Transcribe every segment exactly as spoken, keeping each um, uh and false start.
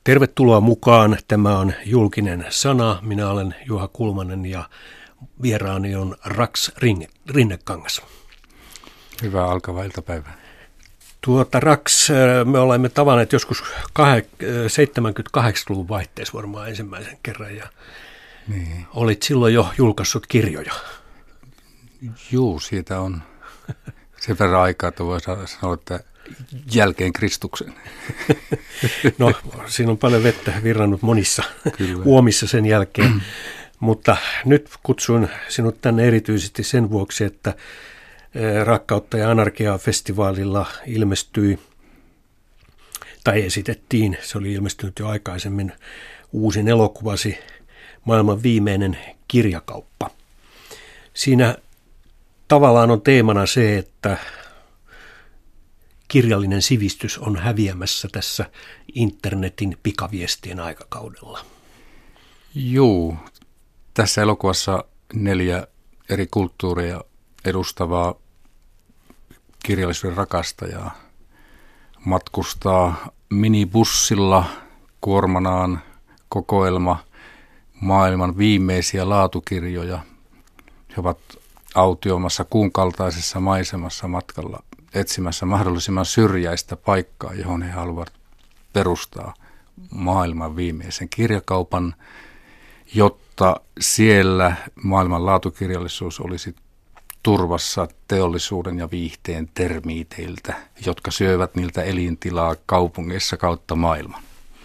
Tervetuloa mukaan. Tämä on Julkinen sana. Minä olen Juha Kulmanen ja vieraani on Rax Rinnekangas. Hyvää alkavaa iltapäivää. Tuota Rax, me olemme tavanneet joskus seitsemänkymmentä-kahdeksankymmentäluvun vaihteessa varmaan ensimmäisen kerran ja niin. Olit silloin jo julkaissut kirjoja. Juu, siitä on sen verran aikaa, että voi sanoa, että jälkeen Kristuksen. No, siinä on paljon vettä virrannut monissa Kyllä. uomissa sen jälkeen, mutta nyt kutsun sinut tänne erityisesti sen vuoksi, että Rakkautta ja anarkiaa -festivaalilla ilmestyi, tai esitettiin, se oli ilmestynyt jo aikaisemmin, uusin elokuvasi Maailman viimeinen kirjakauppa. Siinä tavallaan on teemana se, että kirjallinen sivistys on häviämässä tässä internetin pikaviestien aikakaudella. Juu, tässä elokuvassa neljä eri kulttuureja edustavaa kirjallisuuden rakastajaa matkustaa minibussilla kuormanaan kokoelma maailman viimeisiä laatukirjoja. He ovat autioimassa kuun kaltaisessa maisemassa matkalla etsimässä mahdollisimman syrjäistä paikkaa, johon he haluavat perustaa maailman viimeisen kirjakaupan, jotta siellä maailman laatukirjallisuus olisi turvassa teollisuuden ja viihteen termiiteiltä, jotka syövät niiltä elintilaa kaupungeissa kautta maailman.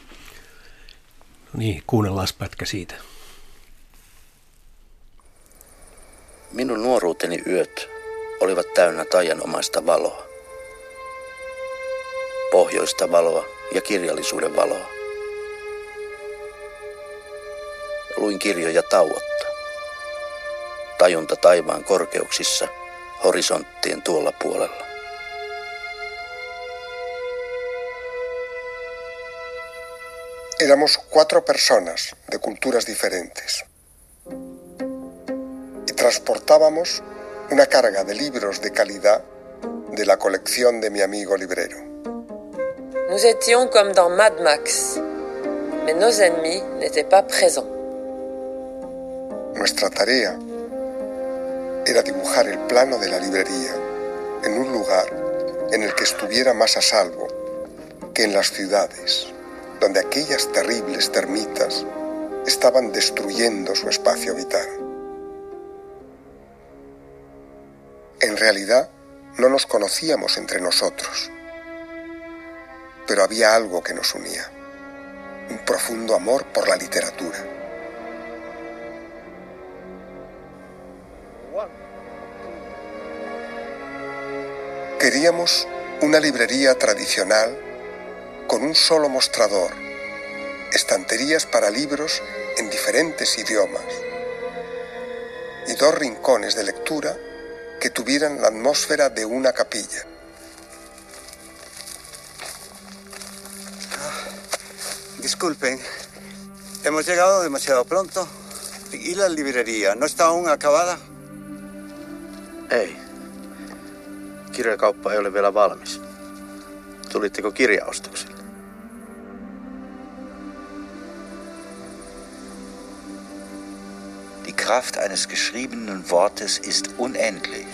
No niin, kuunnellaan pätkä siitä. Minun nuoruuteni yöt olivat täynnä taianomaista valoa. Pohjoista valoa ja kirjallisuuden valoa. Luin kirjoja tauotta. Tajunta taivaan korkeuksissa, horisonttien tuolla puolella. Éramos cuatro personas de culturas diferentes y transportábamos una carga de libros de calidad de la colección de mi amigo librero. Nous étions comme dans Mad Max, mais nos ennemis n'étaient pas présents. Nuestra tarea era dibujar el plano de la librería en un lugar en el que estuviera más a salvo que en las ciudades, donde aquellas terribles termitas estaban destruyendo su espacio vital. En realidad, no nos conocíamos entre nosotros, pero había algo que nos unía, un profundo amor por la literatura. Queríamos una librería tradicional con un solo mostrador, estanterías para libros en diferentes idiomas y dos rincones de lectura que tuvieran la atmósfera de una capilla. Disculpen, hemos llegado demasiado pronto. ¿Y la librería? ¿No está aún acabada? Ei. Kirjakauppa ei ole vielä valmis. Tulitteko kirjaostoksille? Die Kraft eines geschriebenen Wortes ist unendlich.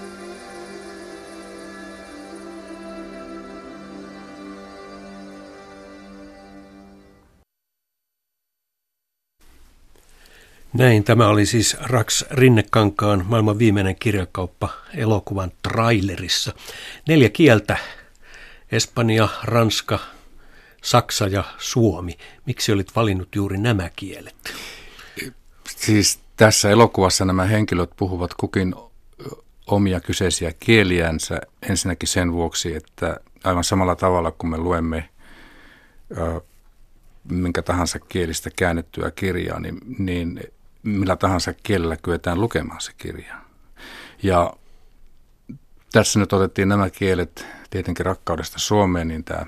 Näin, tämä oli siis Rax Rinnekankaan Maailman viimeinen kirjakauppa elokuvan trailerissa. Neljä kieltä, Espanja, Ranska, Saksa ja Suomi. Miksi olit valinnut juuri nämä kielet? Siis tässä elokuvassa nämä henkilöt puhuvat kukin omia kyseisiä kieliänsä ensinnäkin sen vuoksi, että aivan samalla tavalla kuin me luemme ö, minkä tahansa kielistä käännettyä kirjaa, niin, niin millä tahansa kielellä kyetään lukemaan se kirja. Ja tässä nyt otettiin nämä kielet tietenkin rakkaudesta Suomeen, niin tämä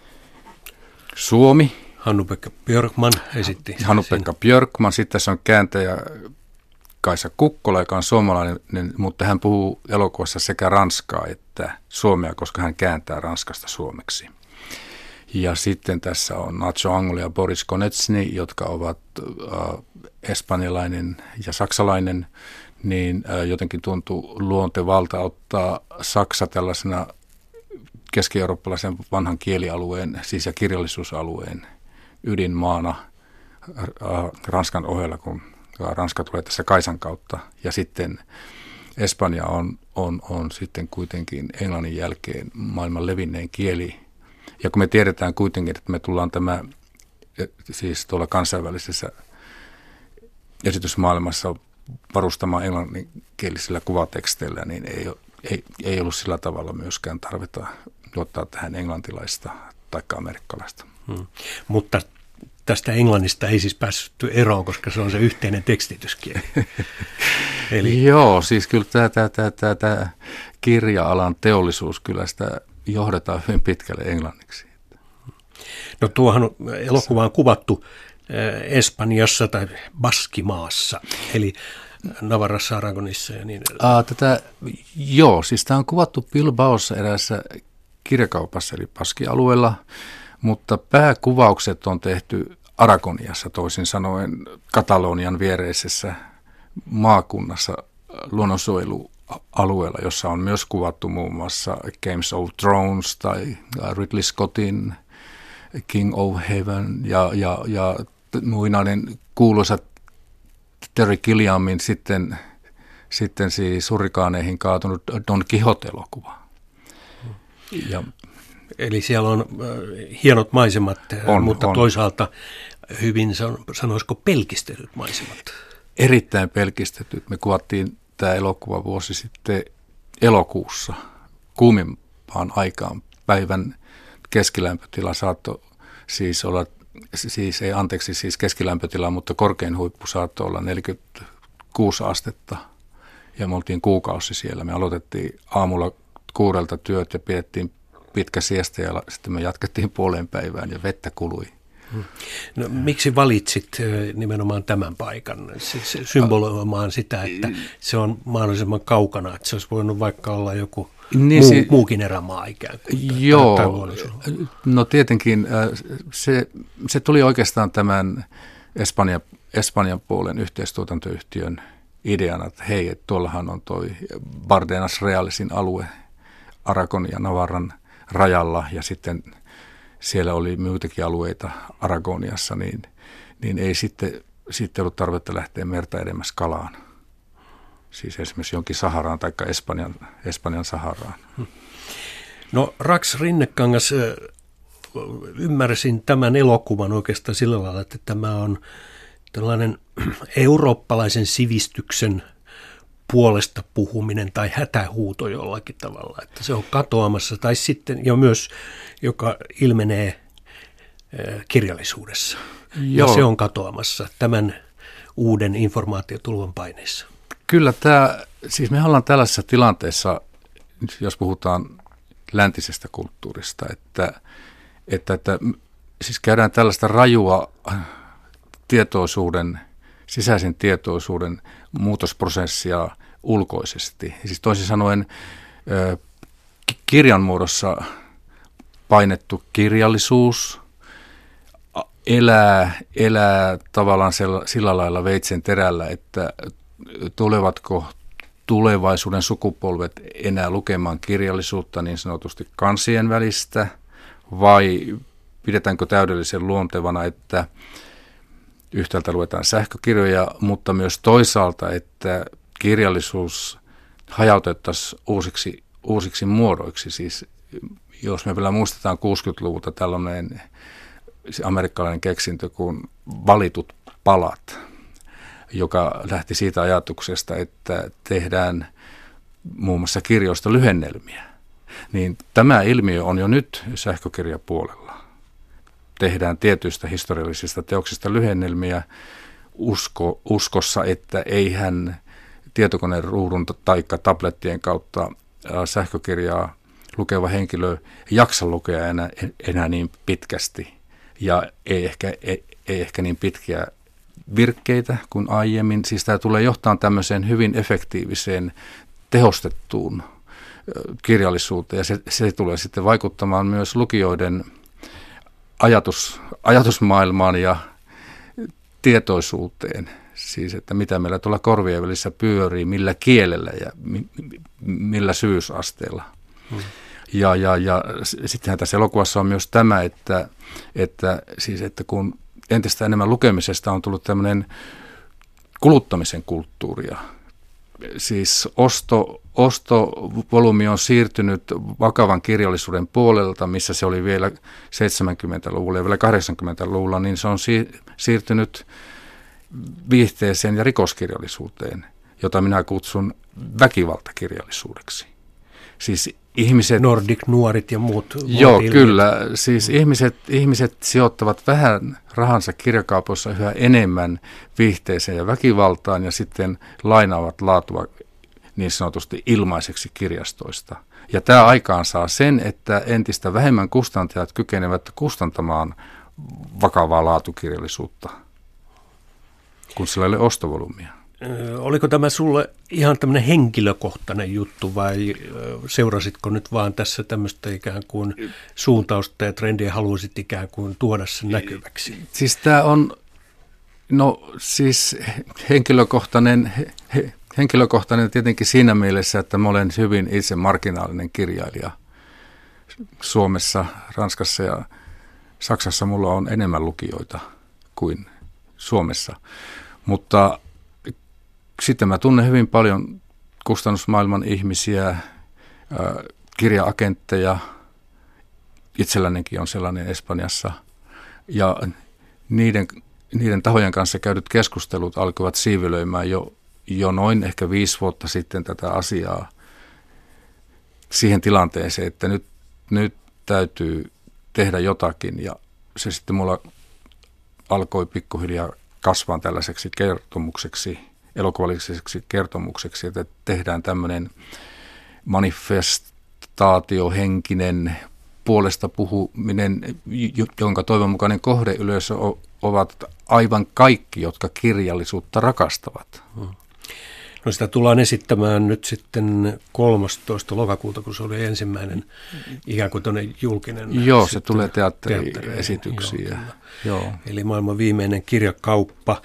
suomi. Hannu-Pekka Björkman esitti. Hannu-Pekka Björkman, sitten tässä on kääntäjä Kaisa Kukkola, joka on suomalainen, mutta hän puhuu elokuvassa sekä ranskaa että suomea, koska hän kääntää ranskasta suomeksi. Ja sitten tässä on Nacho Angul ja Boris Konecny, jotka ovat äh, espanjalainen ja saksalainen, niin äh, jotenkin tuntuu luontevalta ottaa Saksa tällaisena keski-eurooppalaisen vanhan kielialueen, siis ja kirjallisuusalueen ydinmaana äh, Ranskan ohella, kun Ranska tulee tässä Kaisan kautta. Ja sitten Espanja on, on, on sitten kuitenkin englannin jälkeen maailman levinnein kieli. Ja kun me tiedetään kuitenkin, että me tullaan tämä, siis tuolla kansainvälisessä esitysmaailmassa varustamaan englanninkielisillä kuvateksteillä, niin ei, ei, ei ollut sillä tavalla myöskään tarvita ottaa tähän englantilaista tai amerikkalaista. Hmm. Mutta tästä englannista ei siis päässyt eroon, koska se on se yhteinen tekstityskieli. Eli... Joo, siis kyllä tämä, tämä, tämä, tämä, tämä kirja-alan teollisuus kyllä sitä johdetaan hyvin pitkälle englanniksi. No tuohan elokuva on kuvattu Espanjassa tai Baskimaassa, eli Navarrassa, Aragonissa ja niin edelleen. Aa, tätä, joo, siis tämä on kuvattu Bilbaossa eräässä kirjakaupassa, eli Baskialueella, mutta pääkuvaukset on tehty Aragoniassa, toisin sanoen Katalonian viereisessä maakunnassa luonnonsuojelualueella, jossa on myös kuvattu muun muassa Games of Thrones tai Ridley Scottin King of Heaven ja, ja, ja muinainen kuuluisa Terry Gilliamin sitten, sitten siis hurrikaaneihin kaatunut Don Quixote-elokuva. Ja eli siellä on äh, hienot maisemat, on, mutta on. toisaalta hyvin, sanoisiko, pelkistetyt maisemat. Erittäin pelkistetyt. Me kuvattiin tämä elokuva vuosi sitten elokuussa kuumimpaan aikaan. Päivän keskilämpötila saattoi siis olla, siis ei anteeksi siis keskilämpötila, mutta korkein huippu saattoi olla neljäkymmentäkuusi astetta ja me oltiin kuukausi siellä. Me aloitettiin aamulla kuudelta työt ja pidettiin pitkä siesta ja sitten me jatkettiin puoleen päivään ja vettä kului. No, miksi valitsit nimenomaan tämän paikan, siis symboloimaan sitä, että se on mahdollisimman kaukana, että se olisi voinut vaikka olla joku niin, muu, si- muukin erämaa ikään kuin? Joo, no tietenkin se, se tuli oikeastaan tämän Espanjan, Espanjan puolen yhteistuotantoyhtiön ideana, että hei, että tuollahan on toi Bardenas Realesin alue Aragon ja Navarran rajalla ja sitten siellä oli muitakin alueita Aragoniassa, niin, niin ei sitten, sitten ollut tarvetta lähteä merta edemmäs kalaan. Siis esimerkiksi jonkin Saharaan tai Espanjan, Espanjan Saharaan. No Rax Rinnekangas, ymmärsin tämän elokuvan oikeastaan sillä lailla, että tämä on tällainen eurooppalaisen sivistyksen puolesta puhuminen tai hätähuuto jollakin tavalla, että se on katoamassa tai sitten jo myös, joka ilmenee kirjallisuudessa. Joo. Ja se on katoamassa tämän uuden informaatiotulvan paineessa. Kyllä tämä, siis me ollaan tällaisessa tilanteessa, jos puhutaan läntisestä kulttuurista, että, että, että siis käydään tällaista rajua tietoisuuden, sisäisen tietoisuuden muutosprosessia ulkoisesti. Siis toisin sanoen kirjan muodossa painettu kirjallisuus elää, elää tavallaan sillä lailla veitsen terällä, että tulevatko tulevaisuuden sukupolvet enää lukemaan kirjallisuutta niin sanotusti kansien välistä vai pidetäänkö täydellisen luontevana, että yhtäältä luetaan sähkökirjoja, mutta myös toisaalta, että kirjallisuus hajautettaisiin uusiksi, uusiksi muodoiksi. Siis jos me vielä muistetaan kuusikymmentäluvulta tällainen amerikkalainen keksintö kuin valitut palat, joka lähti siitä ajatuksesta, että tehdään muun muassa kirjoista lyhennelmiä. Niin tämä ilmiö on jo nyt sähkökirjapuolella. Tehdään tietyistä historiallisista teoksista lyhennelmiä usko, uskossa, että eihän tietokoneen ruudun tai tablettien kautta sähkökirjaa lukeva henkilö jaksa lukea enää, enää niin pitkästi ja ei ehkä, ei, ei ehkä niin pitkiä virkkeitä kuin aiemmin. Siis tämä tulee johtamaan tämmöiseen hyvin efektiiviseen tehostettuun kirjallisuuteen ja se, se tulee sitten vaikuttamaan myös lukijoiden ajatus, ajatusmaailmaan ja tietoisuuteen. Siis, että mitä meillä tuolla korvien välissä pyörii, millä kielellä ja mi, millä syysasteella. Hmm. Ja, ja, ja sittenhän tässä elokuvassa on myös tämä, että, että, siis, että kun entistä enemmän lukemisesta on tullut tämmöinen kuluttamisen kulttuuria. Siis osto, ostovolyymi on siirtynyt vakavan kirjallisuuden puolelta, missä se oli vielä seitsemänkymmentäluvulla ja vielä kahdeksankymmentäluvulla, niin se on si- siirtynyt viihteeseen ja rikoskirjallisuuteen, jota minä kutsun väkivaltakirjallisuudeksi. Siis ihmiset... Nordic nuorit ja muut. Joo, muut kyllä. Siis ihmiset, ihmiset sijoittavat vähän rahansa kirjakaupoissa yhä enemmän viihteeseen ja väkivaltaan ja sitten lainaavat laatua niin sanotusti ilmaiseksi kirjastoista. Ja tämä aikaan saa sen, että entistä vähemmän kustantajat kykenevät kustantamaan vakavaa laatukirjallisuutta, kun sillä ei ole ostovolyymia. Oliko tämä sulle ihan tämmöinen henkilökohtainen juttu vai seurasitko nyt vaan tässä tämmöistä ikään kuin suuntausta ja trendiä haluaisit ikään kuin tuoda sen näkyväksi? Siis tämä on, no siis henkilökohtainen, he, henkilökohtainen tietenkin siinä mielessä, että mä olen hyvin itse marginaalinen kirjailija. Suomessa, Ranskassa ja Saksassa mulla on enemmän lukijoita kuin Suomessa, mutta sitten mä tunnen hyvin paljon kustannusmaailman ihmisiä, kirja-agentteja, itsellänikin on sellainen Espanjassa, ja niiden, niiden tahojen kanssa käydyt keskustelut alkoivat siivilöimään jo, jo noin ehkä viisi vuotta sitten tätä asiaa siihen tilanteeseen, että nyt, nyt täytyy tehdä jotakin, ja se sitten mulla alkoi pikkuhiljaa kasvaa tällaiseksi kertomukseksi, elokuvalliseksi kertomukseksi, että tehdään tämmöinen manifestaatiohenkinen puolesta puhuminen, jonka toivon mukainen kohdeyleisö ovat aivan kaikki, jotka kirjallisuutta rakastavat. No sitä tullaan esittämään nyt sitten kolmastoista lokakuuta, kun se oli ensimmäinen ikään kuin tuonne julkinen. Joo, se tulee teatteriesityksiin. Joo, joo. Eli maailman viimeinen kirjakauppa.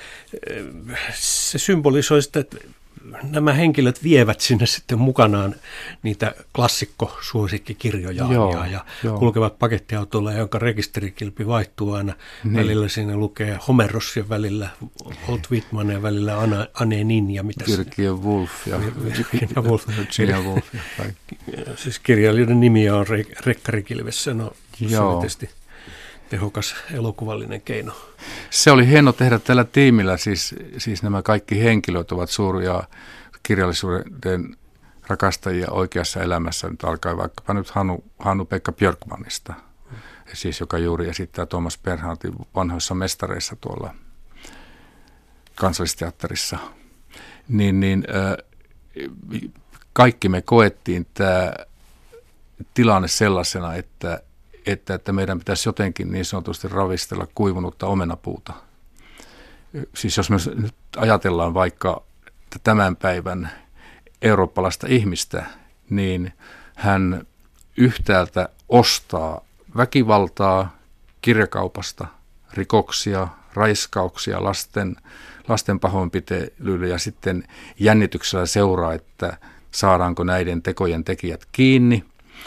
Se symbolisoi sitä, että nämä henkilöt vievät sinne sitten mukanaan niitä klassikkosuosikkikirjoja ja, ja kulkevat pakettiautolla, jonka rekisterikilpi vaihtuu aina. Niin. Välillä siinä lukee Homeros ja välillä Walt Whitman ja välillä Anna, Anne Nin ja mitä se. Virginia Woolf ja Virginia Woolf. Virginia Woolf ja kaikki. Siis kirjailijoiden nimi on re, rekkarikilvessä, no se on tietysti tehokas elokuvallinen keino. Se oli hieno tehdä tällä tiimillä, siis, siis nämä kaikki henkilöt ovat suuria kirjallisuuden rakastajia oikeassa elämässä. Nyt alkaa vaikkapa nyt Hannu, Hannu-Pekka Björkmanista, siis joka juuri esittää Thomas Bernhardin vanhoissa mestareissa tuolla Kansallisteatterissa. Niin, niin äh, kaikki me koettiin tämä tilanne sellaisena, että Että, että meidän pitäisi jotenkin niin sanotusti ravistella kuivunutta omenapuuta. Siis jos me nyt ajatellaan vaikka tämän päivän eurooppalaista ihmistä, niin hän yhtäältä ostaa väkivaltaa kirjakaupasta, rikoksia, raiskauksia, lasten, lasten pahoinpitelyllä ja sitten jännityksellä seuraa, että saadaanko näiden tekojen tekijät kiinni.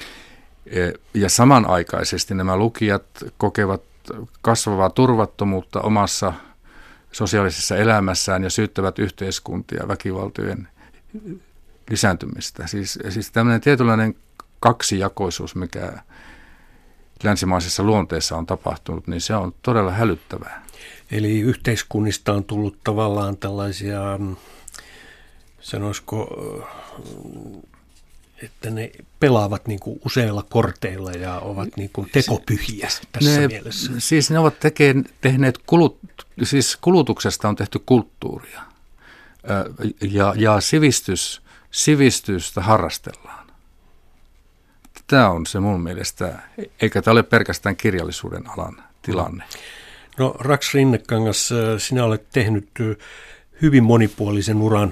Ja samanaikaisesti nämä lukijat kokevat kasvavaa turvattomuutta omassa sosiaalisessa elämässään ja syyttävät yhteiskuntia väkivaltojen lisääntymistä. Siis, siis tämmöinen tietynlainen kaksijakoisuus, mikä länsimaisessa luonteessa on tapahtunut, niin se on todella hälyttävää. Eli yhteiskunnista on tullut tavallaan tällaisia, sanoisiko, että ne pelaavat niin kuin useilla korteilla ja ovat niin kuin tekopyhiä tässä ne, mielessä. Siis ne ovat tekee, tehneet, kulut, siis kulutuksesta on tehty kulttuuria ja, ja sivistys, sivistystä harrastellaan. Tämä on se mun mielestä, eikä tämä ole pelkästään kirjallisuuden alan tilanne. No Rax Rinnekangas, sinä olet tehnyt hyvin monipuolisen uran.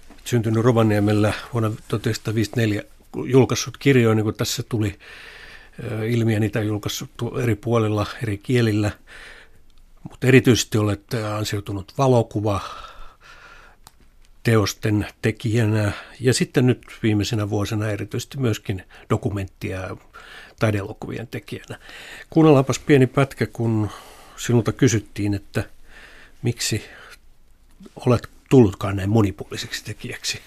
Syntynyt Rovaniemellä vuonna tuhatyhdeksänsataaviisikymmentäneljä, julkaissut kirjoja, niin kuin tässä tuli ilmiä, niitä on julkaissut eri puolilla, eri kielillä, mutta erityisesti olet ansioitunut valokuva teosten tekijänä ja sitten nyt viimeisenä vuosina erityisesti myöskin dokumenttia ja taideelokuvien tekijänä. Kuunnellaanpas pieni pätkä, kun sinulta kysyttiin, että miksi olet tullutkaan näin monipuoliseksi tekijäksi.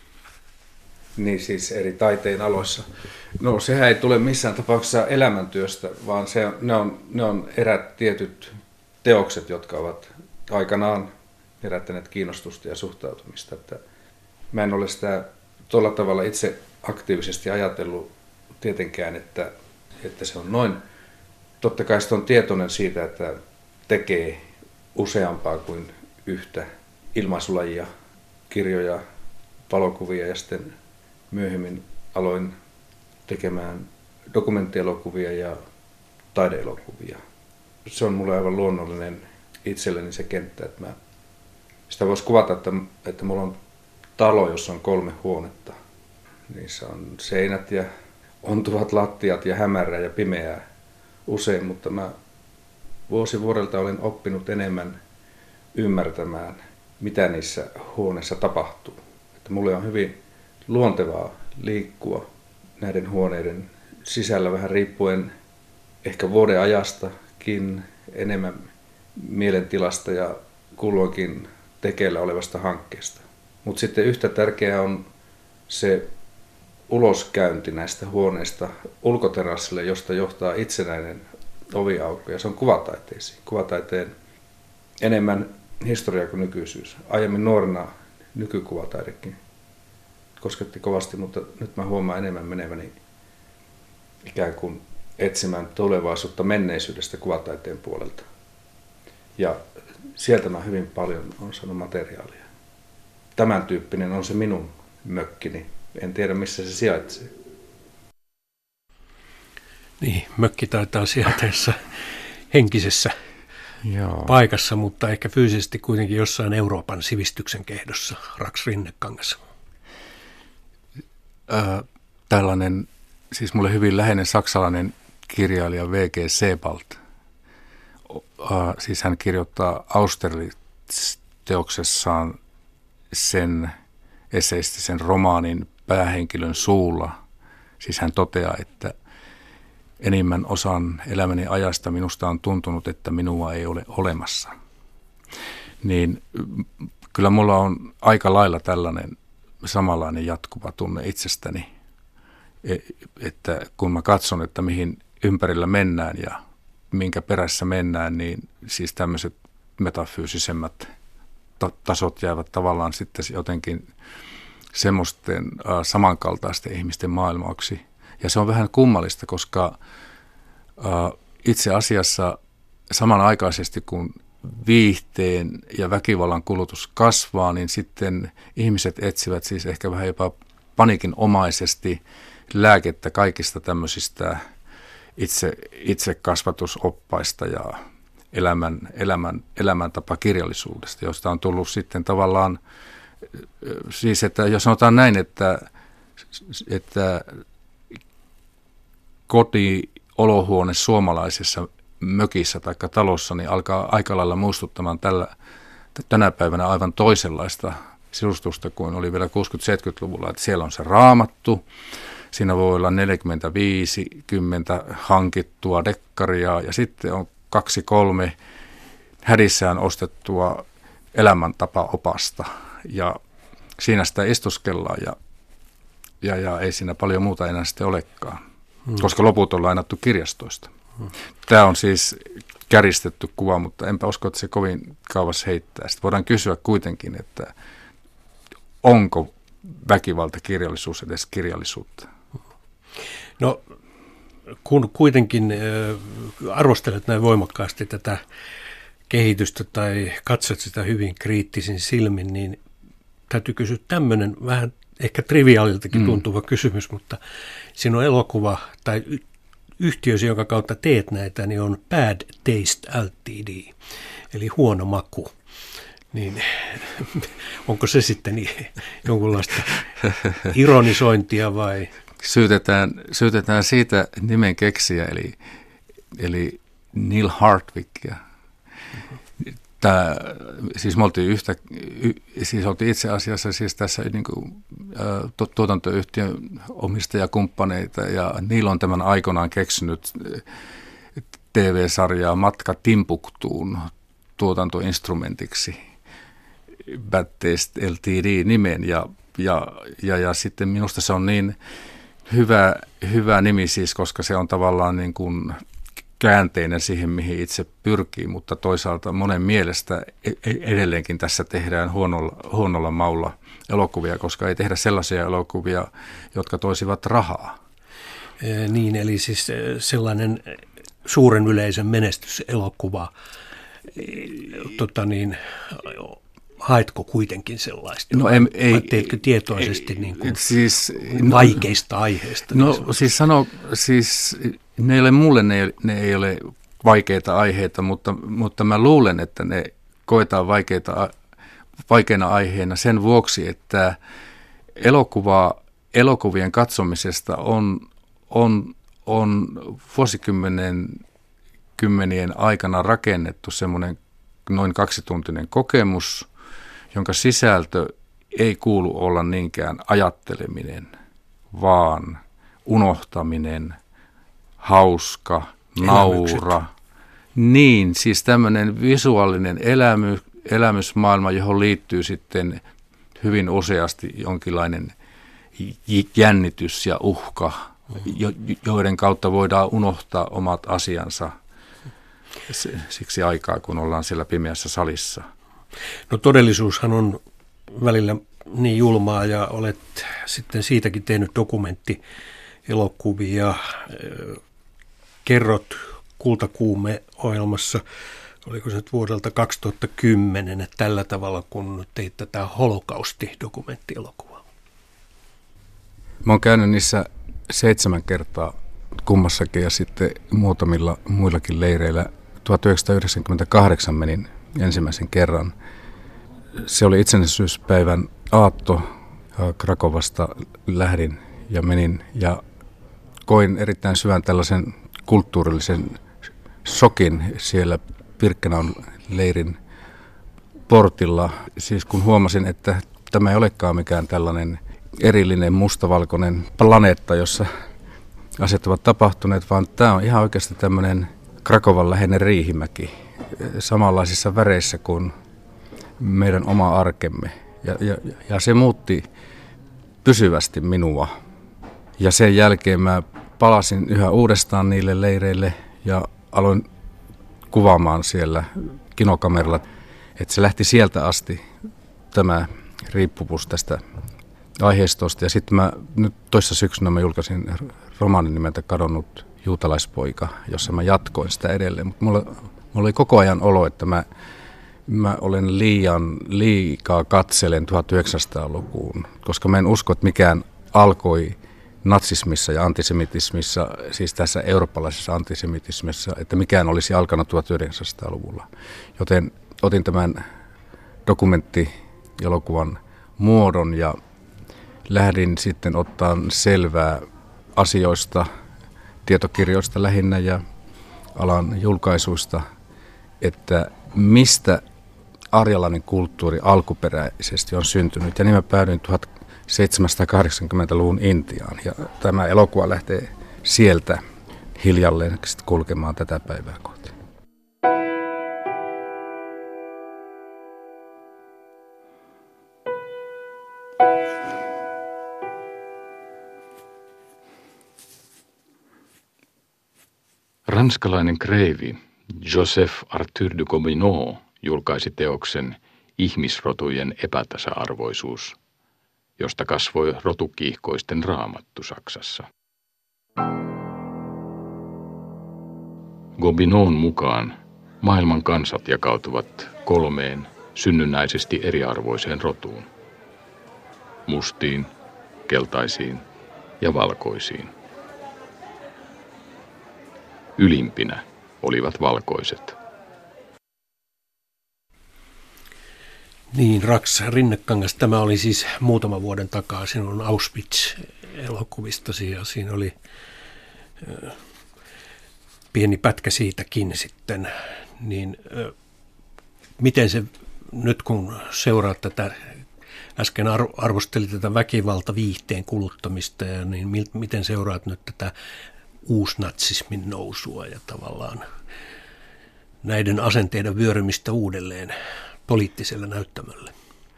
Niin siis eri taiteen aloissa. No sehän ei tule missään tapauksessa elämäntyöstä, vaan se, ne, on, ne on erät tietyt teokset, jotka ovat aikanaan herättäneet kiinnostusta ja suhtautumista. Että mä en ole sitä tuolla tavalla itse aktiivisesti ajatellut tietenkään, että, että se on noin. Totta kai on tietoinen siitä, että tekee useampaa kuin yhtä ilmaisulajia, kirjoja, valokuvia ja sitten myöhemmin aloin tekemään dokumenttielokuvia ja taideelokuvia. Se on mulle aivan luonnollinen itselleni se kenttä, että mä sitä voisi kuvata, että, että mulla on talo, jossa on kolme huonetta. Niissä on seinät ja ontuvat lattiat ja hämärää ja pimeää usein, mutta mä vuosi vuodelta olen oppinut enemmän ymmärtämään, mitä niissä huoneissa tapahtuu. Että mulle on hyvin luontevaa liikkua näiden huoneiden sisällä vähän riippuen ehkä vuoden ajastakin, enemmän mielentilasta ja kulloinkin tekeillä olevasta hankkeesta. Mutta sitten yhtä tärkeää on se uloskäynti näistä huoneista ulkoterassille, josta johtaa itsenäinen oviaukko, ja se on kuvataiteisiin. Kuvataiteen enemmän historia kuin nykyisyys. Aiemmin nuorena nykykuvataidekin kosketti kovasti, mutta nyt mä huomaan enemmän meneväni ikään kuin etsimään tulevaisuutta menneisyydestä kuvataiteen puolelta. Ja sieltä mä hyvin paljon olen saanut materiaalia. Tämän tyyppinen on se minun mökkini. En tiedä, missä se sijaitsee. Niin, mökki taitaa sijaita henkisessä Joo. paikassa, mutta ehkä fyysisesti kuitenkin jossain Euroopan sivistyksen kehdossa. Raks Rinnekangas. Äh, tällainen, siis mulle hyvin läheinen saksalainen kirjailija V G Sebald. Äh, siis hän kirjoittaa Austerlitz-teoksessaan sen eseistisen romaanin päähenkilön suulla. Siis hän toteaa, että enimmän osan elämäni ajasta minusta on tuntunut, että minua ei ole olemassa. Niin kyllä mulla on aika lailla tällainen samanlainen jatkuva tunne itsestäni, että kun mä katson, että mihin ympärillä mennään ja minkä perässä mennään, niin siis tämmöiset metafyysisemmät tasot jäävät tavallaan sitten jotenkin semmoisten äh, samankaltaisten ihmisten maailmaksi. Ja se on vähän kummallista, koska äh, itse asiassa samanaikaisesti kun viihteen ja väkivallan kulutus kasvaa, niin sitten ihmiset etsivät siis ehkä vähän jopa panikinomaisesti lääkettä kaikista tämmöisistä itse, itsekasvatusoppaista ja elämän, elämän, elämäntapakirjallisuudesta, josta on tullut sitten tavallaan, siis että jos sanotaan näin, että, että koti-olohuone suomalaisessa mökissä tai talossa niin alkaa aika lailla muistuttamaan tällä, tänä päivänä aivan toisenlaista sisustusta kuin oli vielä kuusikymmentä-seitsemänkymmentäluvulla, että siellä on se raamattu, siinä voi olla neljäkymmentä viisikymmentä hankittua dekkaria ja sitten on kaksi kolme hädissään ostettua elämäntapaopasta ja siinä sitä istuskellaan ja, ja, ja ei siinä paljon muuta enää sitten olekaan, hmm. koska loput on lainattu kirjastoista. Hmm. Tämä on siis kärjistetty kuva, mutta enpä usko, että se kovin kauas heittää. Sitten voidaan kysyä kuitenkin, että onko väkivaltakirjallisuus edes kirjallisuutta? No kun kuitenkin arvostelet näin voimakkaasti tätä kehitystä tai katsot sitä hyvin kriittisin silmin, niin täytyy kysyä tämmöinen vähän ehkä triviaaliltakin tuntuva mm. kysymys, mutta sinun elokuva tai yhtiösi, jonka kautta teet näitä, niin on Bad Taste Ltd, eli huono maku. Niin onko se sitten jonkunlaista ironisointia vai? syytetään, syytetään siitä nimen keksiä, eli, eli Neil Hardwickia. Tämä, siis me oltiin, yhtä, y, siis oltiin itse asiassa siis tässä niin kuin, ä, tuotantoyhtiön omistajakumppaneita, ja Neil on tämän aikoinaan keksinyt T V-sarjaa Matka Timbuktuun tuotantoinstrumentiksi, Bad Taste L T D-nimen, ja, ja, ja, ja sitten minusta se on niin hyvä, hyvä nimi siis, koska se on tavallaan niin kuin käänteinen siihen, mihin itse pyrkii, mutta toisaalta monen mielestä edelleenkin tässä tehdään huonolla, huonolla maulla elokuvia, koska ei tehdä sellaisia elokuvia, jotka toisivat rahaa. E, niin, eli siis sellainen suuren yleisön menestyselokuva, e, tota niin, haetko kuitenkin sellaista? No ei, ei, teetkö tietoisesti ei, niin kuin siis, vaikeista no, aiheista? No niin siis sano, siis ne ei ole, mulle ne ei, ne ei ole vaikeita aiheita, mutta, mutta mä luulen, että ne koetaan vaikeita, vaikeina aiheina sen vuoksi, että elokuva, elokuvien katsomisesta on, on, on vuosikymmenen kymmenien aikana rakennettu semmoinen noin kaksituntinen kokemus, jonka sisältö ei kuulu olla niinkään ajatteleminen, vaan unohtaminen, hauska, naura. Niin, siis tämmöinen visuaalinen elämy, elämysmaailma, johon liittyy sitten hyvin useasti jonkinlainen jännitys ja uhka, jo, joiden kautta voidaan unohtaa omat asiansa siksi aikaa, kun ollaan siellä pimeässä salissa. No todellisuushan on välillä niin julmaa, ja olet sitten siitäkin tehnyt dokumenttielokuvia. Kerrot Kultakuume-ohjelmassa, oliko se nyt vuodelta kaksituhattakymmenen, että tällä tavalla, kun teit tätä holokausti-dokumenttielokuvaa. Mä oon käynyt niissä seitsemän kertaa kummassakin ja sitten muutamilla muillakin leireillä. tuhatyhdeksänsataayhdeksänkymmentäkahdeksan menin ensimmäisen kerran. Se oli itsenäisyyspäivän aatto. Krakovasta lähdin ja menin ja koin erittäin syvän tällaisen kulttuurillisen shokin siellä Birkenaun leirin portilla. Siis kun huomasin, että tämä ei olekaan mikään tällainen erillinen mustavalkoinen planeetta, jossa asiat ovat tapahtuneet, vaan tämä on ihan oikeasti tämmöinen Krakovan läheinen Riihimäki, samanlaisissa väreissä kuin meidän oma arkemme. Ja, ja, ja se muutti pysyvästi minua. Ja sen jälkeen mä palasin yhä uudestaan niille leireille ja aloin kuvaamaan siellä kinokameralla. Että se lähti sieltä asti tämä riippuvuus tästä aiheistosta. Ja sitten mä nyt toissa syksynä mä julkaisin romaanin nimeltä Kadonnut juutalaispoika, jossa mä jatkoin sitä edelleen. Mutta mulla, mulla oli koko ajan olo, että mä, mä olen liian, liikaa katselen tuhatyhdeksänsataalukuun, koska mä en usko, että mikään alkoi natsismissa ja antisemitismissa, siis tässä eurooppalaisessa antisemitismissa, että mikään olisi alkanut tuhatyhdeksänsataaluvulla. Joten otin tämän dokumenttielokuvan muodon ja lähdin sitten ottaa selvää asioista, tietokirjoista lähinnä ja alan julkaisuista, että mistä arjalainen kulttuuri alkuperäisesti on syntynyt. Ja niin mä päädyin tuhatseitsemänsataakahdeksankymmentäluvun Intiaan. Ja tämä elokuva lähtee sieltä hiljalleen kulkemaan tätä päivää kohti. Ranskalainen kreivi Joseph Arthur de Gobineau julkaisi teoksen Ihmisrotujen epätasa-arvoisuus, josta kasvoi rotukiihkoisten raamattu Saksassa. Gobineaun mukaan maailman kansat jakautuvat kolmeen synnynnäisesti eriarvoiseen rotuun: mustiin, keltaisiin ja valkoisiin. Ylimpinä olivat valkoiset. Niin, Raks Rinnekangas, tämä oli siis muutama vuoden takaa sinun Auschwitz elokuvistasi ja siinä oli ö, pieni pätkä siitäkin sitten, niin ö, miten se nyt kun seuraat tätä, äsken arvostelit tätä väkivaltaviihteen kuluttamista, ja niin miten seuraat nyt tätä uusnatsismin nousua ja tavallaan näiden asenteiden vyörymistä uudelleen poliittiselle näyttämölle?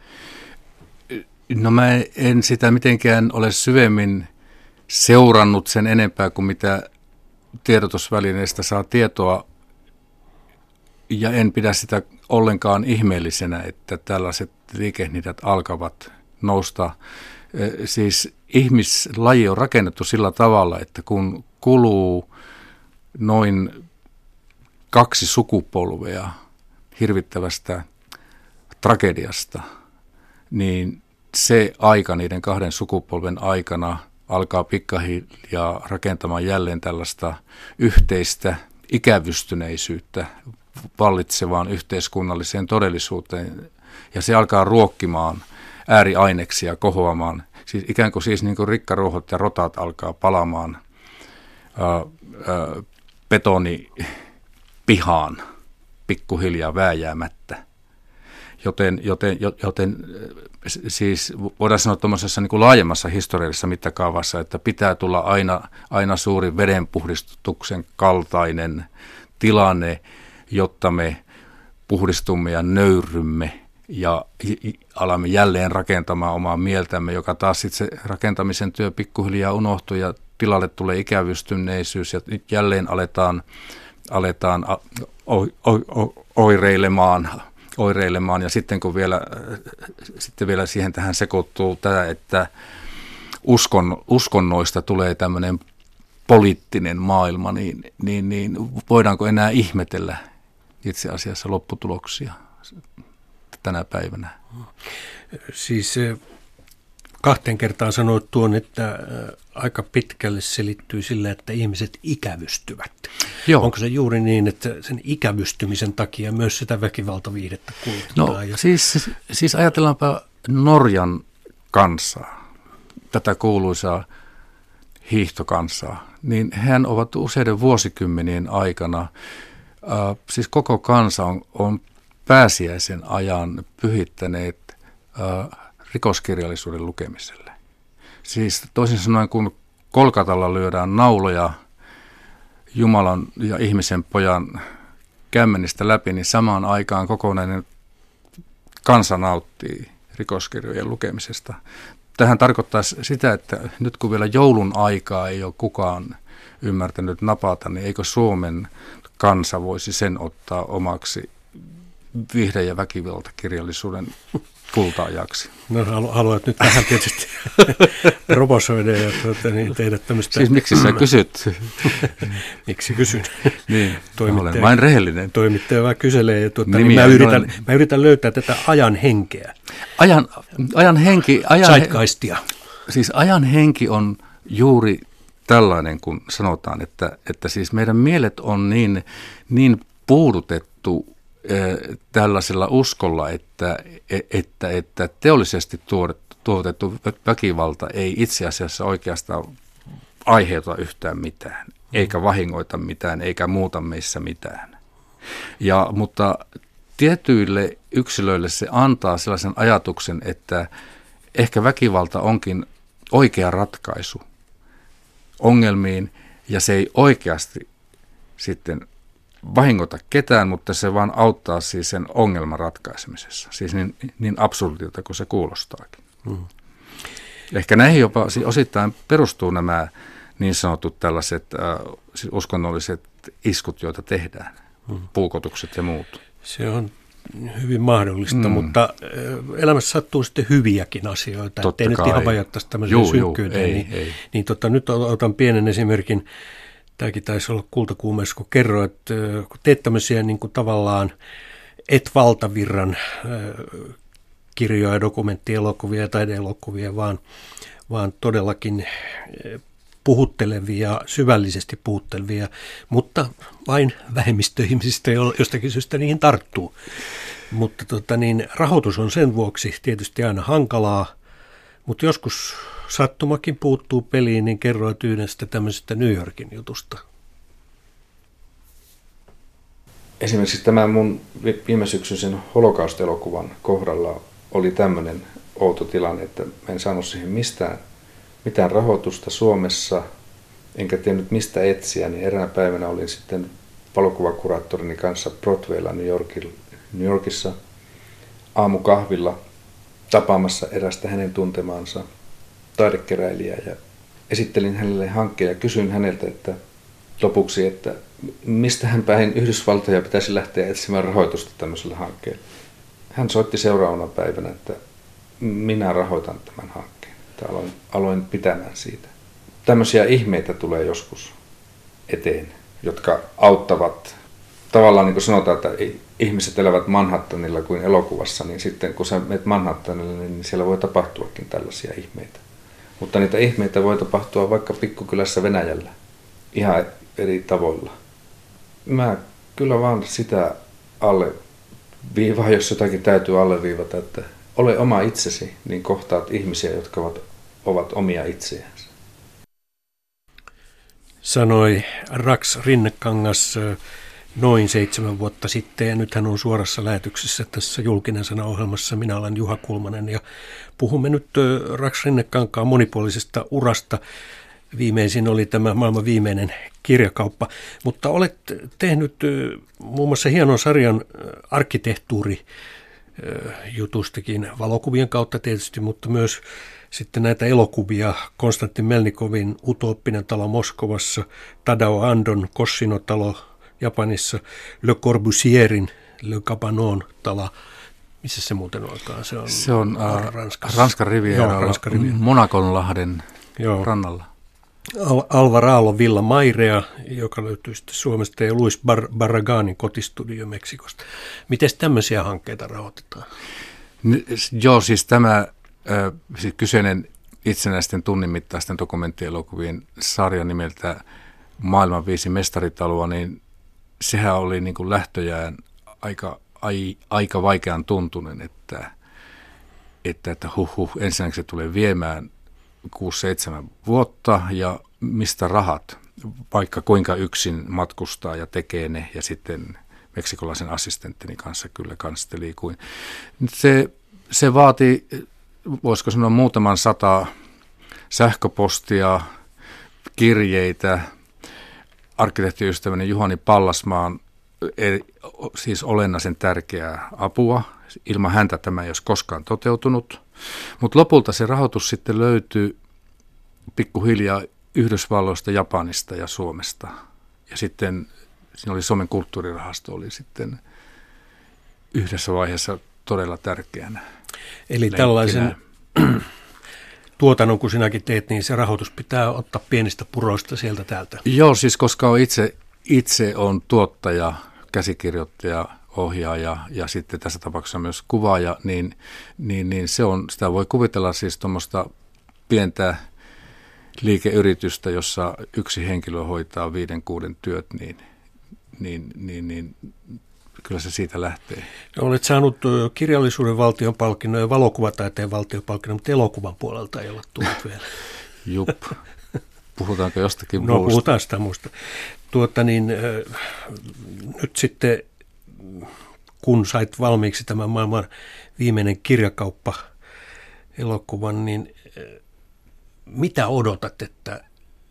No mä en sitä mitenkään ole syvemmin seurannut sen enempää kuin mitä tiedotusvälineistä saa tietoa, ja en pidä sitä ollenkaan ihmeellisenä, että tällaiset liikehdinnät alkavat nousta. Siis ihmislaji on rakennettu sillä tavalla, että kun kuluu noin kaksi sukupolvea hirvittävästä tragediasta, niin se aika niiden kahden sukupolven aikana alkaa pikkahiljaa rakentamaan jälleen tällaista yhteistä ikävystyneisyyttä vallitsevaan yhteiskunnalliseen todellisuuteen, ja se alkaa ruokkimaan ääriaineksia, kohoamaan. Siis ikään kuin siis niin kuin rikkaruohot ja rotat alkaa palamaan ää, ää, betonipihaan pikkuhiljaa vääjäämättä. Joten, joten, joten siis voidaan sanoa tuollaisessa niin kuin laajemmassa historiallisessa mittakaavassa, että pitää tulla aina, aina suuri vedenpuhdistuksen kaltainen tilanne, jotta me puhdistumme ja nöyrymme ja alamme jälleen rakentamaan omaa mieltämme, joka taas sitten se rakentamisen työ pikkuhiljaa unohtuu ja tilalle tulee ikävystyneisyys ja jälleen aletaan, aletaan o, o, o, oireilemaan, oireilemaan ja sitten kun vielä, sitten vielä siihen tähän sekoittuu tämä, että uskon, uskonnoista tulee tämmöinen poliittinen maailma, niin, niin, niin voidaanko enää ihmetellä itse asiassa lopputuloksia tänä päivänä? Siis kahteen kertaan sanoit tuon, että aika pitkälle selittyy sillä, että ihmiset ikävystyvät. Joo. Onko se juuri niin, että sen ikävystymisen takia myös sitä väkivaltaviihdettä kulutetaan? No ja... siis, siis ajatellaanpa Norjan kansaa, tätä kuuluisaa hiihtokansaa, niin hän ovat useiden vuosikymmenien aikana, äh, siis koko kansa on, on pääsiäisen ajan pyhittäneet äh, rikoskirjallisuuden lukemiselle. Siis toisin sanoen, kun Kolkatalla lyödään nauloja Jumalan ja ihmisen pojan kämmenistä läpi, niin samaan aikaan kokonainen kansa nauttii rikoskirjojen lukemisesta. Tähän tarkoittaa sitä, että nyt kun vielä joulun aikaa ei ole kukaan ymmärtänyt napata, niin eikö Suomen kansa voisi sen ottaa omaksi viihde- ja väkivaltakirjallisuuden kulta-ajaksi? No haluat nyt vähän tietysti robosoida ja tuota, niin tehdä tämmöistä... Siis miksi sä kysyt? Miksi kysyn? Niin, olen vain rehellinen. Toimittaja vaan kyselee ja tuota, niin mä, yritän, olen... mä yritän löytää tätä ajan henkeä. Ajan, ajan henki... Ajan, Zeitgeistia. Siis ajan henki on juuri tällainen, kun sanotaan, että, että siis meidän mielet on niin, niin puudutettu tällaisella uskolla, että, että, että teollisesti tuotettu väkivalta ei itse asiassa oikeastaan aiheuta yhtään mitään, eikä vahingoita mitään, eikä muuta meissä mitään. Ja, mutta tietyille yksilöille se antaa sellaisen ajatuksen, että ehkä väkivalta onkin oikea ratkaisu ongelmiin, ja se ei oikeasti sitten vahingoita ketään, mutta se vaan auttaa siis sen ongelman ratkaisemisessa. Siis niin, niin absurdilta kuin se kuulostaakin. Mm. Ehkä näihin jopa osittain perustuu nämä niin sanotut tällaiset äh, siis uskonnolliset iskut, joita tehdään, mm. puukotukset ja muut. Se on hyvin mahdollista, mm. mutta äh, elämässä sattuu sitten hyviäkin asioita, ettei nyt ihan vajattaisi tämmöiseen synkkyyteen. Ei, niin, ei. niin tota, nyt otan pienen esimerkin. Tämäkin taisi olla kultakuumeessa, kun kerroin, että kun teet tämmöisiä niin kuin tavallaan et valtavirran kirjoja, dokumenttielokuvia, taideelokuvia, vaan, vaan todellakin puhuttelevia, syvällisesti puhuttelevia, mutta vain vähemmistöihmisistä jostakin syystä niihin tarttuu. Mutta tota niin, rahoitus on sen vuoksi tietysti aina hankalaa, mutta joskus sattumakin puuttuu peliin, niin kerroit yhdestä tämmöisestä New Yorkin jutusta. Esimerkiksi tämä mun viime syksyisen Holocaust-elokuvan kohdalla oli tämmöinen outo tilanne, että mä en saanut siihen mistään, mitään rahoitusta Suomessa, enkä tiennyt mistä etsiä, niin eräänä päivänä olin sitten valokuvakuraattorini kanssa Broadwaylla New, New Yorkissa aamukahvilla tapaamassa erästä hänen tuntemaansa taidekeräilijää ja esittelin hänelle hankkeen ja kysyin häneltä, että lopuksi, että mistä hän päin Yhdysvaltoja pitäisi lähteä etsimään rahoitusta tämmöiselle hankkeelle. Hän soitti seuraavana päivänä, että minä rahoitan tämän hankkeen. Että aloin, aloin pitämään siitä. Tämmöisiä ihmeitä tulee joskus eteen, jotka auttavat. Tavallaan niin kuin sanotaan, että ihmiset elävät Manhattanilla kuin elokuvassa, niin sitten kun sä menet Manhattanille, niin siellä voi tapahtuakin tällaisia ihmeitä. Mutta niitä ihmeitä voi tapahtua vaikka pikkukylässä Venäjällä ihan eri tavoilla. Mä kyllä vaan sitä alle viivaa, jos jotakin täytyy alleviivata, että ole oma itsesi, niin kohtaat ihmisiä, jotka ovat, ovat omia itseänsä. Sanoi Rax Rinnekangas noin seitsemän vuotta sitten, ja nyt hän on suorassa lähetyksessä tässä Julkinen sana-ohjelmassa. Minä olen Juha Kulmanen, ja puhumme nyt Rax Rinnekankaan monipuolisesta urasta. Viimeisin oli tämä maailman viimeinen kirjakauppa, mutta olet tehnyt muun muassa hienon sarjan arkkitehtuurijutustakin valokuvien kautta tietysti, mutta myös sitten näitä elokuvia, Konstantin Melnikovin Utooppinen talo Moskovassa, Tadao Andon Koshino-talo Japanissa, Le Corbusierin Le Cabanon talo, missä se muuten onkaan? Se on, se on äh, Ranskan rivieralla, Monaconlahden Joo. rannalla. Al- Alvarado Villa Mairea, joka löytyy sitten Suomesta, ja Luis Bar- Barraganin kotistudio Meksikosta. Miten tämmöisiä hankkeita rahoitetaan? N- joo, siis tämä äh, siis kyseinen itsenäisten tunnin mittaisten dokumenttielokuvien sarja nimeltä Maailman viisi mestaritaloa, niin sehän oli niin kuin lähtöjään aika, ai, aika vaikean tuntunen, että, että, että huh huh, ensinnäkin se tulee viemään kuusi seitsemän vuotta ja mistä rahat, vaikka kuinka yksin matkustaa ja tekee ne ja sitten meksikolaisen assistenttini kanssa kyllä kanssa liikuin. Se, se vaati, voisiko sanoa muutaman sata sähköpostia, kirjeitä, arkkitehtiystäväni Juhani Pallasmaan siis olennaisen tärkeää apua. Ilman häntä tämä ei olisi koskaan toteutunut. Mutta lopulta se rahoitus sitten löytyi pikkuhiljaa Yhdysvalloista, Japanista ja Suomesta. Ja sitten siinä oli Suomen kulttuurirahasto, oli sitten yhdessä vaiheessa todella tärkeänä. Eli lenkkinä. Tällaisen tuotannon, kun sinäkin teet, niin se rahoitus pitää ottaa pienistä puroista sieltä täältä. Joo, siis koska on itse, itse on tuottaja, käsikirjoittaja, ohjaaja ja sitten tässä tapauksessa myös kuvaaja, niin, niin, niin se on, sitä voi kuvitella siis tuommoista pientä liikeyritystä, jossa yksi henkilö hoitaa viiden kuuden työt, niin, niin, niin, niin kyllä se siitä lähtee. Olet saanut kirjallisuuden valtionpalkinnon ja valokuvataiteen valtionpalkinnon, mutta elokuvan puolelta ei ole tullut vielä. Jup. Puhutaanko jostakin No muusta? Puhutaan sitä muusta. Tuota niin, nyt sitten kun sait valmiiksi tämän maailman viimeinen kirjakauppa-elokuvan, niin mitä odotat, että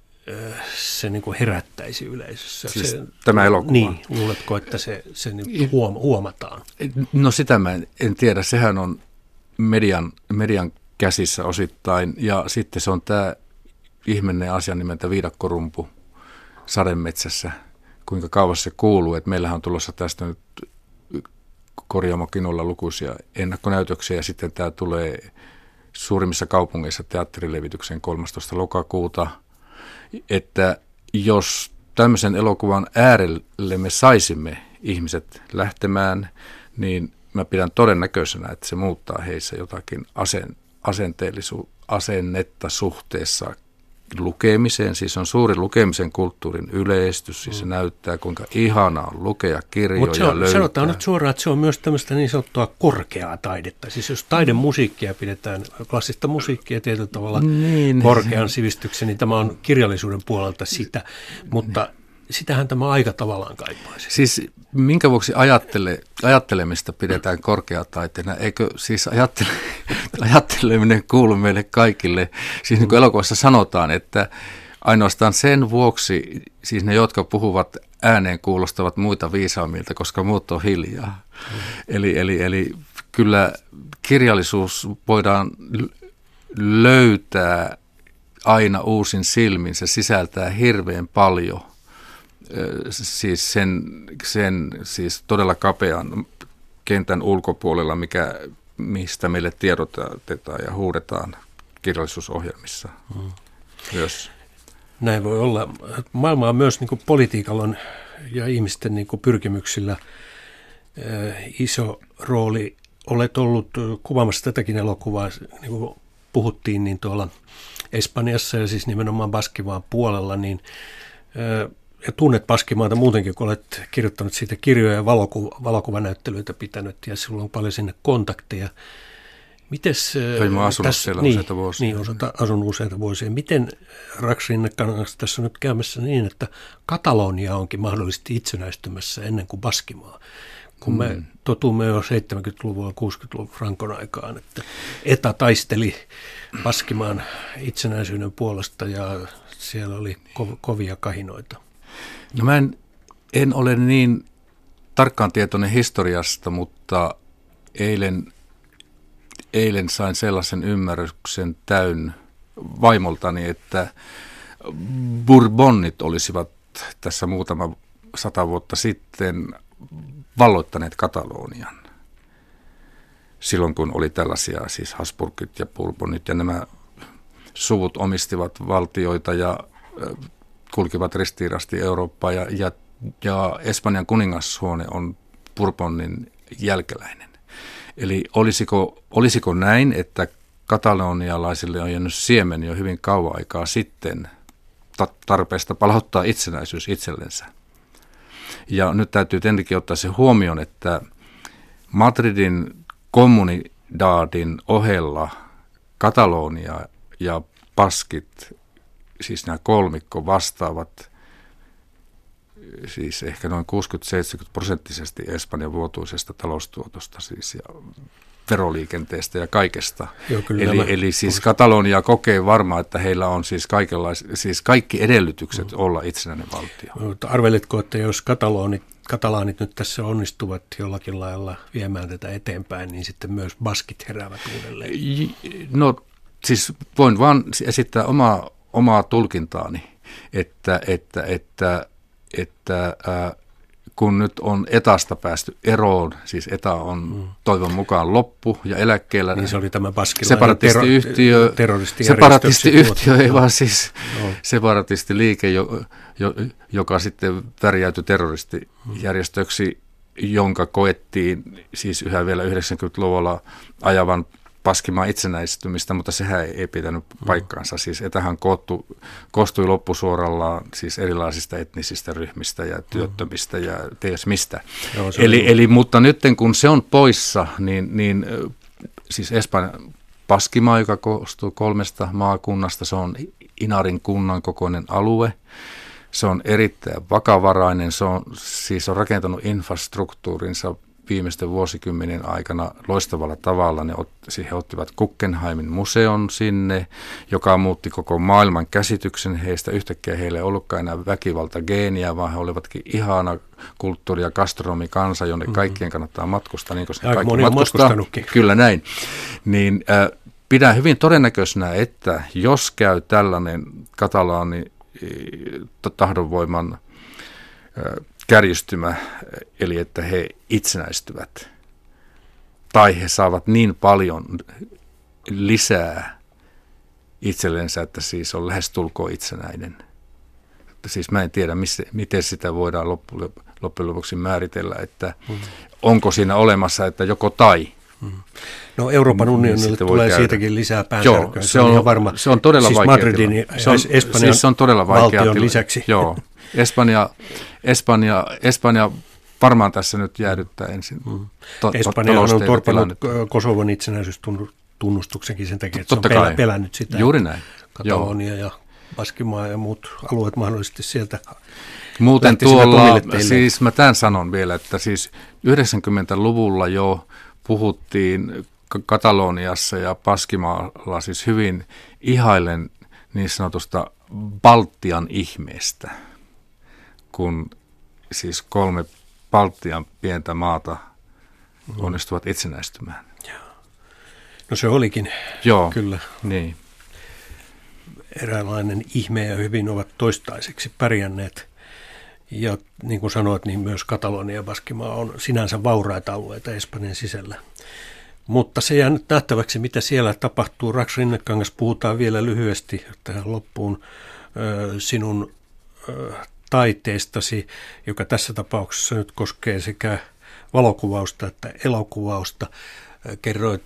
se niin kuin herättäisi yleisössä? Siis se, tämä elokuva? Niin, luuletko, että se, se niin huom- huomataan? No sitä mä en, en tiedä. Sehän on median, median käsissä osittain, ja sitten se on tämä ihmeinen asia nimeltä viidakkorumpu sademetsässä, kuinka kauas se kuuluu. Et meillähän on tulossa tästä nyt Korjaamo-kinolla lukuisia ennakkonäytöksiä, ja sitten tämä tulee suurimmissa kaupungeissa teatterilevityksen kolmastoista lokakuuta, että jos tämmöisen elokuvan äärelle me saisimme ihmiset lähtemään, niin mä pidän todennäköisenä, että se muuttaa heissä jotakin asen, asenteellisuutta, asennetta suhteessa lukemiseen, siis on suuri lukemisen kulttuurin yleistys, siis se näyttää kuinka ihanaa on lukea kirjoja. Mutta löytää. Sanotaan nyt suoraan, että se on myös tämmöistä niin sanottua korkeaa taidetta. Siis jos taidemusiikkia pidetään, klassista musiikkia tietyllä tavalla niin korkean sivistyksen, niin tämä on kirjallisuuden puolelta sitä, mutta sitähän tämä aika tavallaan kaipaisi. Siis minkä vuoksi ajattele, ajattelemista pidetään korkeataiteena? Eikö siis ajattele, ajatteleminen kuulu meille kaikille? Siis niin kuin elokuvassa sanotaan, että ainoastaan sen vuoksi, siis ne, jotka puhuvat ääneen, kuulostavat muita viisaammilta, koska muut on hiljaa. Mm. Eli, eli, eli kyllä kirjallisuus voidaan löytää aina uusin silmin. Se sisältää hirveän paljon. Siis sen, sen siis todella kapean kentän ulkopuolella, mikä, mistä meille tiedotetaan ja huudetaan kirjallisuusohjelmissa mm. myös. Näin voi olla. Maailma on myös niin kuin politiikalla ja ihmisten niin kuin pyrkimyksillä iso rooli. Olet ollut kuvaamassa tätäkin elokuvaa, niin kuin puhuttiin, niin tuolla Espanjassa ja siis nimenomaan Baskimaan puolella, niin ja tunnet Baskimaata muutenkin, kun olet kirjoittanut siitä kirjoja ja valoku- valokuvanäyttelyitä pitänyt ja sinulla on paljon sinne kontakteja. Mites, Olen mä asunut tässä, siellä niin, useita vuosia. Niin, olen asunut useita vuosia. Miten Raksrinnekangas tässä on nyt käymässä niin, että Katalonia onkin mahdollisesti itsenäistymässä ennen kuin Baskimaa? Kun me mm. totumme jo seitsemänkymmentäluvulla, kuusikymmentäluvun Frankon aikaan, että ETA taisteli Baskimaan itsenäisyyden puolesta ja siellä oli ko- kovia kahinoita. No mä en, en ole niin tarkkaan tietoinen historiasta, mutta eilen, eilen sain sellaisen ymmärryksen täyn vaimoltani, että Bourbonit olisivat tässä muutama sata vuotta sitten valloittaneet Katalonian. Silloin kun oli tällaisia, siis Habsburgit ja Bourbonit ja nämä suvut omistivat valtioita ja kulkivat ristiirasti Eurooppaa ja, ja, ja Espanjan kuningashuone on Bourbonin jälkeläinen. Eli olisiko, olisiko näin, että katalonialaisille on jäänyt siemen jo hyvin kauan aikaa sitten tarpeesta palauttaa itsenäisyys itsellensä. Ja nyt täytyy tietenkin ottaa se huomioon, että Madridin kommunidadin ohella Katalonia ja Baskit, siis nämä kolmikko vastaavat siis ehkä noin kuusikymmentä seitsemänkymmentä prosenttisesti Espanjan vuotuisesta taloustuotosta siis ja veroliikenteestä ja kaikesta. Joo, eli, eli siis Katalonia kokee varmaan, että heillä on siis, siis kaikki edellytykset mm. olla itsenäinen valtio. Mutta arveletko, että jos katalonit, katalaanit nyt tässä onnistuvat jollakin lailla viemään tätä eteenpäin, niin sitten myös baskit heräävät uudelleen? No siis voin vaan esittää omaa, omaa tulkintaani, että, että, että, että ää, kun nyt on etasta päästy eroon, siis eta on mm. toivon mukaan loppu ja eläkkeellä. Niin se oli tämä baskilainen separatistiyhtiö, terroristijärjestö. Separatistiyhtiö ei vaan siis no. separatistiliike, jo, jo, joka sitten värjäytyi terroristijärjestöksi, jonka koettiin siis yhä vielä yhdeksänkymmentäluvulla ajavan Baskimaan itsenäistymistä, mutta sehän ei pitänyt paikkaansa. Siis etähän koottu, koostui loppusuorallaan siis erilaisista etnisistä ryhmistä ja työttömistä ja ties mistä. Joo, eli, eli, mutta nyt kun se on poissa, niin, niin siis Espanjan Baskimaa, joka koostuu kolmesta maakunnasta, se on Inarin kunnan kokoinen alue. Se on erittäin vakavarainen, se on, siis on rakentanut infrastruktuurinsa viimeisten vuosikymmenen aikana loistavalla tavalla. Ne ot, he ottivat Guggenheimin museon sinne, joka muutti koko maailman käsityksen heistä. Yhtäkkiä heillä ei ollutkaan enää väkivaltageeniä, vaan he olivatkin ihana kulttuuri- ja gastronomikansa, jonne mm-hmm. kaikkien kannattaa matkustaa. Niin, koska kaikki matkustaa. Kyllä näin. Niin, äh, pidän hyvin todennäköisenä, että jos käy tällainen katalaani tahdonvoiman äh, kärjistymä, eli että he itsenäistyvät, tai he saavat niin paljon lisää itsellensä, että siis on lähestulkoon itsenäinen. Siis mä en tiedä, missä, miten sitä voidaan loppujen lopuksi määritellä, että mm. onko siinä olemassa, että joko tai. Hmm. No Euroopan unionille tulee käydä. Siitäkin lisää päänsärkyä. Joo, se on, se on varma. Se on todella siis vaikea. Madridin ja se on, Espanjan siis se on todella vaikea valtion lisäksi. Joo, Espanja, Espanja, Espanja varmaan tässä nyt jäädyttää ensin. Hmm. To, Espanja on torpannut Kosovon itsenäisyystunnustuksenkin sen takia, että Totta se on kai. pelännyt sitä. Juuri näin. Katalonia ja Baskimaa ja muut alueet mahdollisesti sieltä. Muuten tuolla, siis mä tämän sanon vielä, että siis yhdeksänkymmentäluvulla jo puhuttiin Kataloniassa ja Baskimaalla siis hyvin ihailen niin sanotusta Baltian ihmeestä, kun siis kolme Baltian pientä maata onnistuvat itsenäistymään. No se olikin, Joo, kyllä. Niin. Eräänlainen ihme ja hyvin ovat toistaiseksi pärjänneet. Ja niin kuin sanoit, niin myös Katalonia ja Baskimaa on sinänsä vauraita alueita Espanjan sisällä. Mutta se jää nyt nähtäväksi, mitä siellä tapahtuu. Rax Rinnekangas, puhutaan vielä lyhyesti tähän loppuun sinun taiteestasi, joka tässä tapauksessa nyt koskee sekä valokuvausta että elokuvausta. Kerroit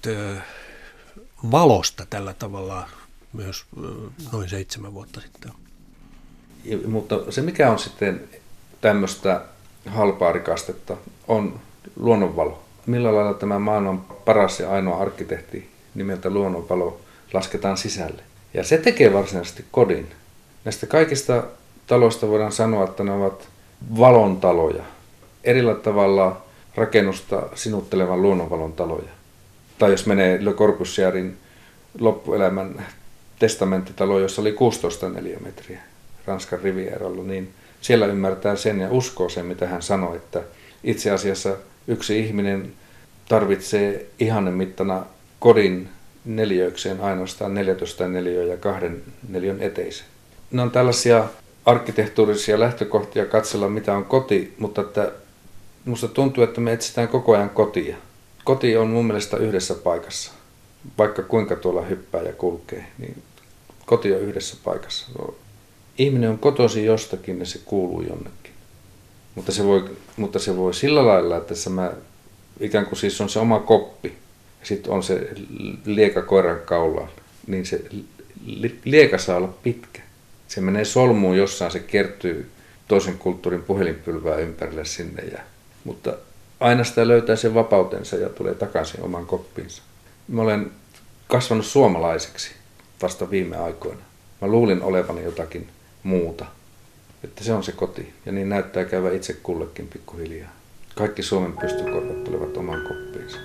valosta tällä tavalla myös noin seitsemän vuotta sitten. Ja, mutta se mikä on sitten tämmöistä halpaa rikastetta on luonnonvalo. Millä lailla tämä maailman paras ja ainoa arkkitehti nimeltä luonnonvalo lasketaan sisälle. Ja se tekee varsinaisesti kodin. Näistä kaikista taloista voidaan sanoa, että ne ovat valon taloja. Erillä tavalla rakennusta sinuttelevan luonnonvalon taloja. Tai jos menee Le Corbusierin loppuelämän testamenttitalo, jossa oli kuusitoista neliömetriä Ranskan Rivieralla, niin siellä ymmärtää sen ja uskoo sen, mitä hän sanoi, että itse asiassa yksi ihminen tarvitsee ihanen mittana kodin neliöikseen ainoastaan neljätoista neliöä ja kahden neliön eteisen. Ne on tällaisia arkkitehtuurisia lähtökohtia katsella, mitä on koti, mutta että musta tuntuu, että me etsitään koko ajan kotia. Koti on mun mielestä yhdessä paikassa. Vaikka kuinka tuolla hyppää ja kulkee, niin koti on yhdessä paikassa. Ihminen on kotoisin jostakin ja se kuuluu jonnekin. Mutta se voi, mutta se voi sillä lailla, että se mä, ikään kuin siis on se oma koppi ja sitten on se lieka koiran kaulaan, niin se lieka saa olla pitkä. Se menee solmuun jossain, se kertyy toisen kulttuurin puhelinpylvää ympärille sinne. Ja, mutta aina sitä löytää sen vapautensa ja tulee takaisin oman koppiinsa. Mä olen kasvanut suomalaiseksi vasta viime aikoina. Mä luulin olevani jotakin muuta. Että se on se koti. Ja niin näyttää käyvä itse kullekin pikkuhiljaa. Kaikki Suomen pystykorvat tulevat oman koppiinsa.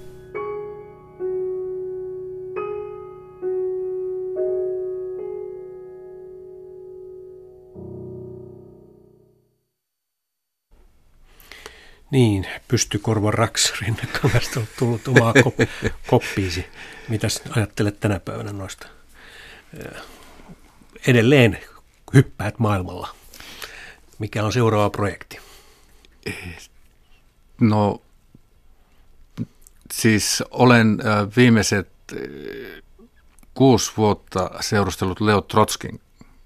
Niin, pystykorvan Rax Rinnekangasta on tullut omaa kop- koppiisi. Mitäs ajattelet tänä päivänä noista? Edelleen hyppäät maailmalla. Mikä on seuraava projekti? No, siis olen viimeiset kuusi vuotta seurustellut Leo Trotskin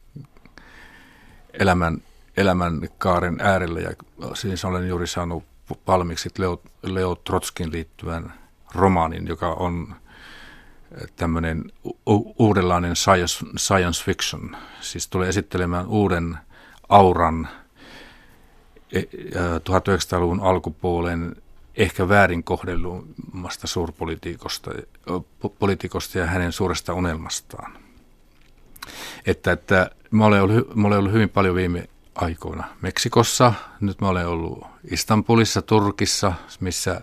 elämän, elämänkaaren äärellä ja siis olen juuri saanut valmiiksi Leo, Leo Trotskin liittyvän romaanin, joka on tämmöinen u- uudenlainen science, science fiction. Siis tulee esittelemään uuden auran tuhatyhdeksänsataaluvun alkupuolen ehkä väärin kohdellummasta suurpolitiikosta poliitikosta ja hänen suuresta unelmastaan. Että, että mä, olen ollut, mä olen ollut hyvin paljon viime aikoina Meksikossa, nyt mä olen ollut Istanbulissa, Turkissa, missä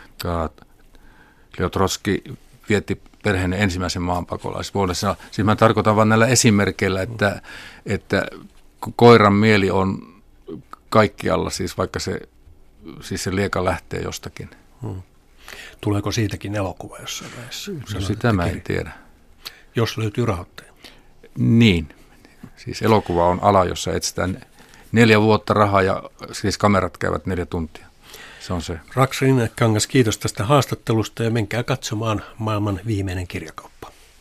Leo Trotski vietti perheen ensimmäisen maanpakolaisvuodessa. Siis mä tarkoitan vain näillä esimerkkeillä, että, että koiran mieli on kaikkialla, siis vaikka se, siis se lieka lähtee jostakin. Hmm. Tuleeko siitäkin elokuva jossain vaiheessa? No sitä mä en tiedä. Jos löytyy rahoittaja. Niin. Siis elokuva on ala, jossa etsitään neljä vuotta rahaa ja siis kamerat käyvät neljä tuntia. Se on se. Rax Rinnekangas, kiitos tästä haastattelusta ja menkää katsomaan maailman viimeinen kirjakauppa.